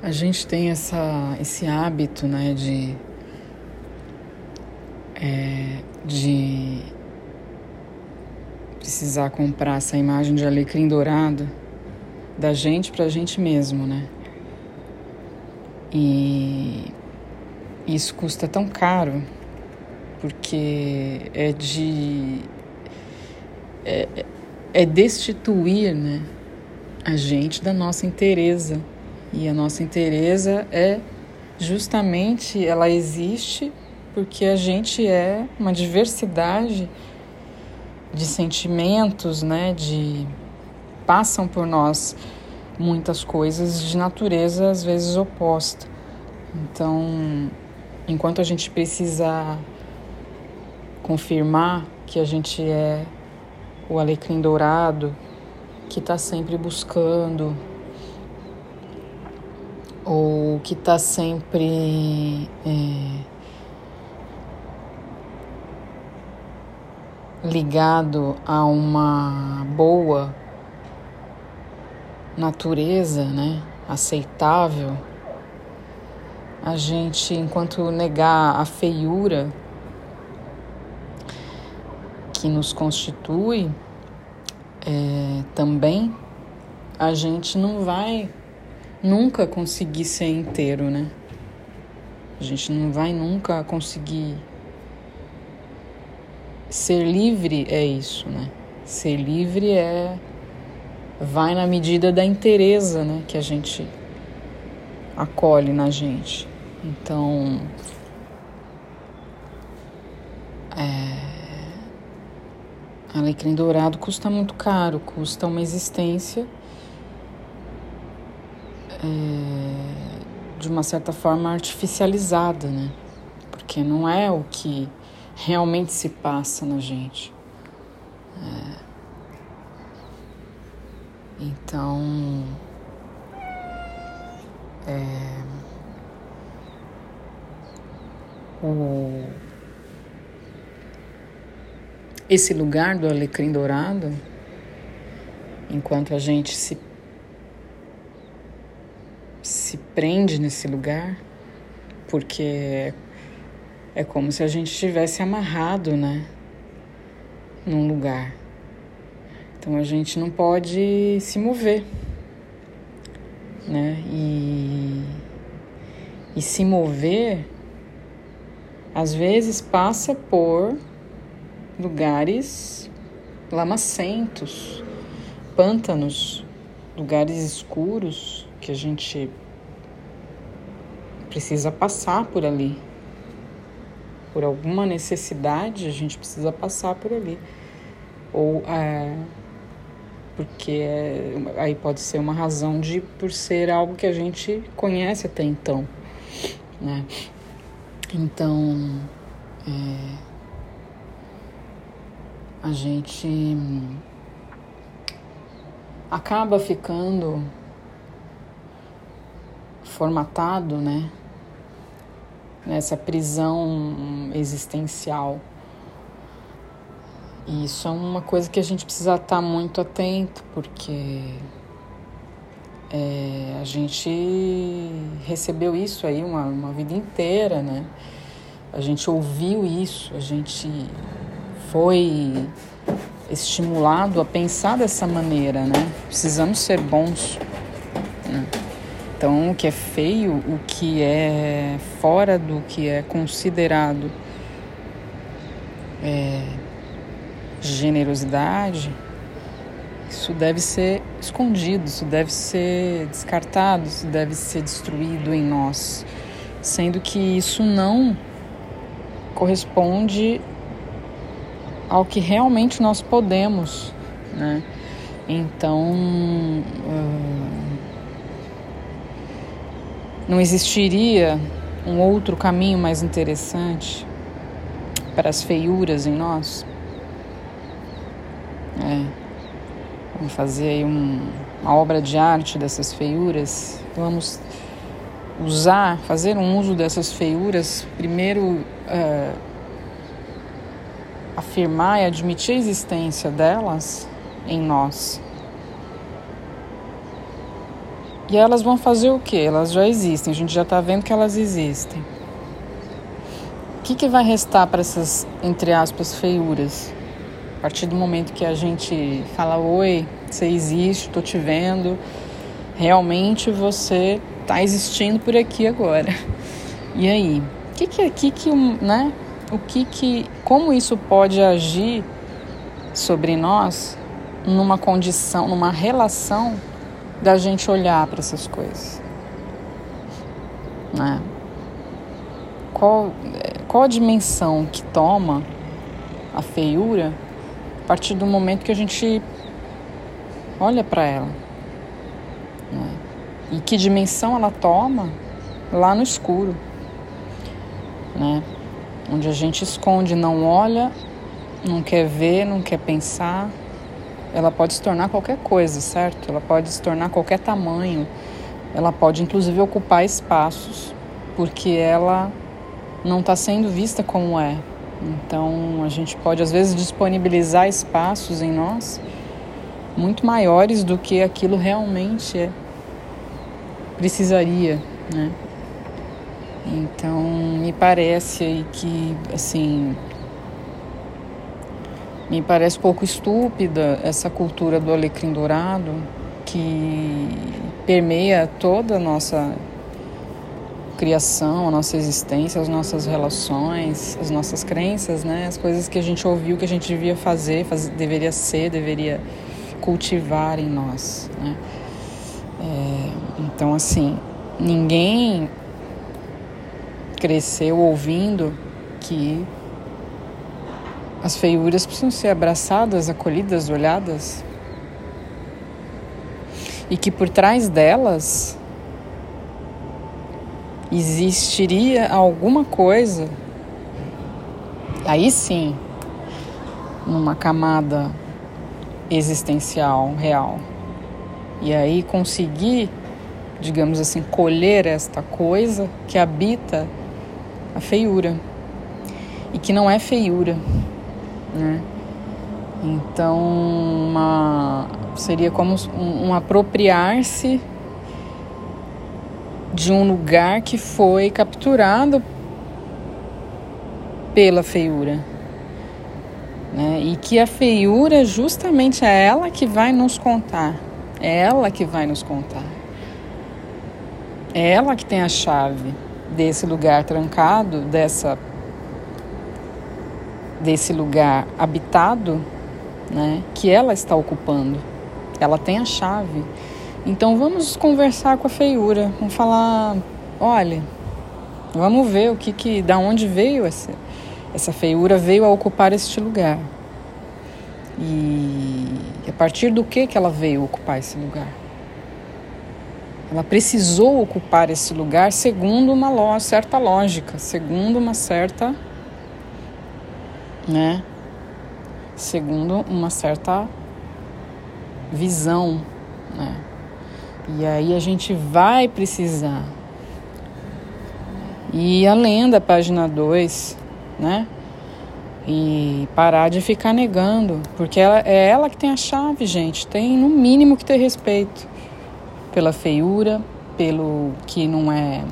A gente tem esse hábito, né, de precisar comprar essa imagem de alecrim dourado da gente pra gente mesmo, né? E isso custa tão caro porque é destituir, né, a gente da nossa inteireza. E a nossa inteireza ela existe porque a gente é uma diversidade de sentimentos, né, passam por nós muitas coisas de natureza às vezes oposta. Então, enquanto a gente precisa confirmar que a gente é o alecrim dourado, que está sempre buscando, ou que está sempre ligado a uma boa natureza, né, aceitável, a gente, enquanto negar a feiura que nos constitui, também a gente não vai nunca conseguir ser inteiro, né? A gente não vai nunca conseguir ser livre, é isso, né? Ser livre vai na medida da inteireza, né, que a gente acolhe na gente. Então, alecrim dourado custa muito caro, custa uma existência de uma certa forma artificializada, né? Porque não é o que realmente se passa na gente. Então, esse lugar do alecrim dourado, enquanto a gente se prende nesse lugar, porque é como se a gente estivesse amarrado, né, num lugar. Então a gente não pode se mover, né? E se mover, às vezes, passa por lugares lamacentos, pântanos, lugares escuros que a gente precisa passar por ali. Por alguma necessidade, a gente precisa passar por ali. Ou porque aí pode ser uma razão por ser algo que a gente conhece até então, né? Então, a gente acaba ficando formatado, né, nessa prisão existencial. E isso é uma coisa que a gente precisa estar muito atento, porque a gente recebeu isso aí uma vida inteira, né? A gente ouviu isso, a gente foi estimulado a pensar dessa maneira, né? Precisamos ser bons, né? Então, o que é feio, o que é fora do que é considerado generosidade, isso deve ser escondido, isso deve ser descartado, isso deve ser destruído em nós, sendo que isso não corresponde ao que realmente nós podemos, né? Então, não existiria um outro caminho mais interessante para as feiuras em nós? Vamos fazer aí uma obra de arte dessas feiuras. Vamos fazer um uso dessas feiuras, primeiro afirmar e admitir a existência delas em nós. E elas vão fazer o quê? Elas já existem, a gente já está vendo que elas existem. O que vai restar para essas, entre aspas, feiuras? A partir do momento que a gente fala, oi, você existe, estou te vendo, realmente você está existindo por aqui agora. E aí? Como isso pode agir sobre nós numa condição, numa relação da gente olhar para essas coisas, né? Qual a dimensão que toma a feiura a partir do momento que a gente olha para ela, né? E que dimensão ela toma lá no escuro, né? Onde a gente esconde, não olha, não quer ver, não quer pensar. Ela pode se tornar qualquer coisa, certo? Ela pode se tornar qualquer tamanho. Ela pode, inclusive, ocupar espaços, porque ela não está sendo vista como é. Então, a gente pode, às vezes, disponibilizar espaços em nós muito maiores do que aquilo realmente precisaria, né? Então, me parece aí que, assim, me parece pouco estúpida essa cultura do alecrim dourado que permeia toda a nossa criação, a nossa existência, as nossas relações, as nossas crenças, né? As coisas que a gente ouviu que a gente devia fazer, deveria cultivar em nós, né? Então, assim, ninguém cresceu ouvindo que as feiuras precisam ser abraçadas, acolhidas, olhadas, e que por trás delas existiria alguma coisa, aí sim, numa camada existencial, real. E aí conseguir, digamos assim, colher esta coisa que habita a feiura e que não é feiura, né? Então, seria como um apropriar-se de um lugar que foi capturado pela feiura, né? E que a feiura justamente é ela que vai nos contar. É ela que vai nos contar. É ela que tem a chave desse lugar trancado, desse lugar habitado, né? Que ela está ocupando. Ela tem a chave. Então vamos conversar com a feiura, vamos falar, olha, vamos ver da onde veio essa feiura, veio a ocupar este lugar. E a partir do que ela veio ocupar esse lugar? Ela precisou ocupar esse lugar segundo uma certa lógica, segundo uma certa, né? Segundo uma certa visão, né? E aí a gente vai precisar ir além da página 2, né? E parar de ficar negando, porque é ela que tem a chave, gente. Tem no mínimo que ter respeito pela feiura, pelo que não é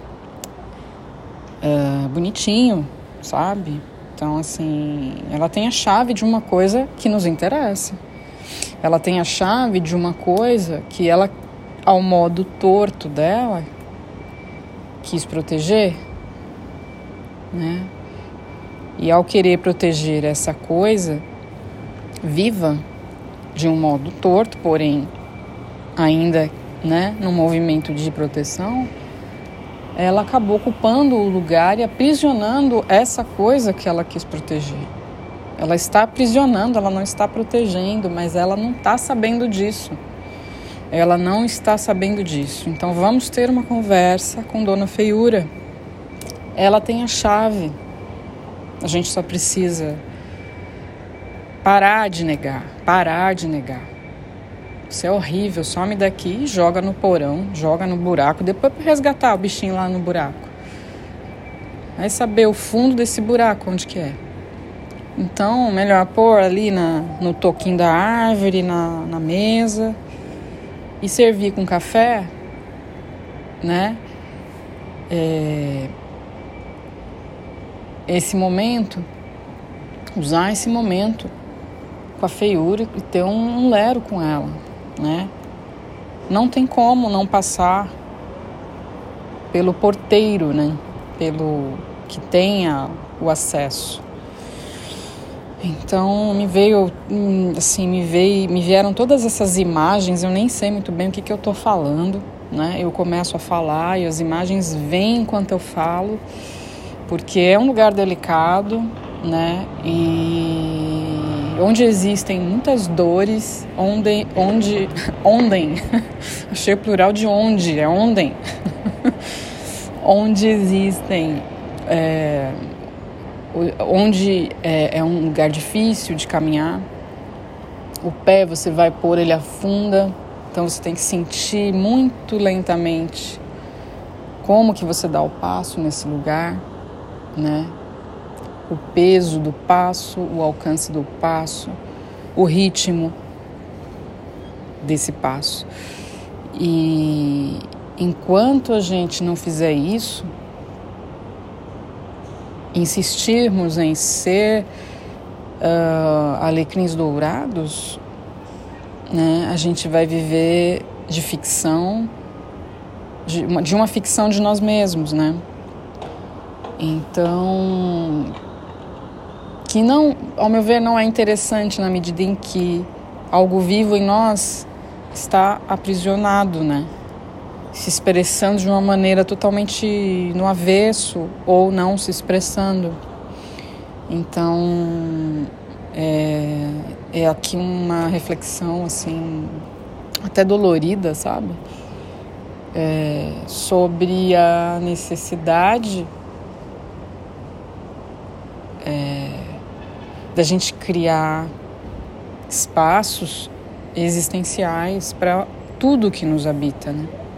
bonitinho, sabe? Então, assim, ela tem a chave de uma coisa que nos interessa. Ela tem a chave de uma coisa que ela, ao modo torto dela, quis proteger, né? E ao querer proteger essa coisa viva de um modo torto, porém ainda, né, no movimento de proteção, ela acabou ocupando o lugar e aprisionando essa coisa que ela quis proteger. Ela está aprisionando, ela não está protegendo, mas ela não está sabendo disso. Ela não está sabendo disso. Então vamos ter uma conversa com Dona Feiura. Ela tem a chave. A gente só precisa parar de negar. Isso é horrível, some daqui e joga no porão, joga no buraco, depois para resgatar o bichinho lá no buraco. Vai saber o fundo desse buraco, onde que é. Então, melhor pôr ali no toquinho da árvore, na mesa, e servir com café né? Esse momento, usar esse momento com a feiura e ter um lero com ela, né? Não tem como não passar pelo porteiro, né? Pelo que tenha o acesso. Então me vieram todas essas imagens. Eu nem sei muito bem o que eu estou falando, né? Eu começo a falar e as imagens vêm enquanto eu falo, porque é um lugar delicado, né? E onde existem muitas dores, onde achei o plural de onde, é onden, onde existem, onde é um lugar difícil de caminhar. O pé você vai pôr, ele afunda, então você tem que sentir muito lentamente como que você dá o passo nesse lugar, né? O peso do passo, o alcance do passo, o ritmo desse passo. E enquanto a gente não fizer isso, insistirmos em ser alecrins dourados, né, a gente vai viver de ficção, de uma ficção de nós mesmos, né? Então, que não, ao meu ver, não é interessante na medida em que algo vivo em nós está aprisionado, né? Se expressando de uma maneira totalmente no avesso ou não se expressando. Então, é aqui uma reflexão, assim, até dolorida, sabe? Sobre a necessidade da gente criar espaços existenciais para tudo que nos habita, né?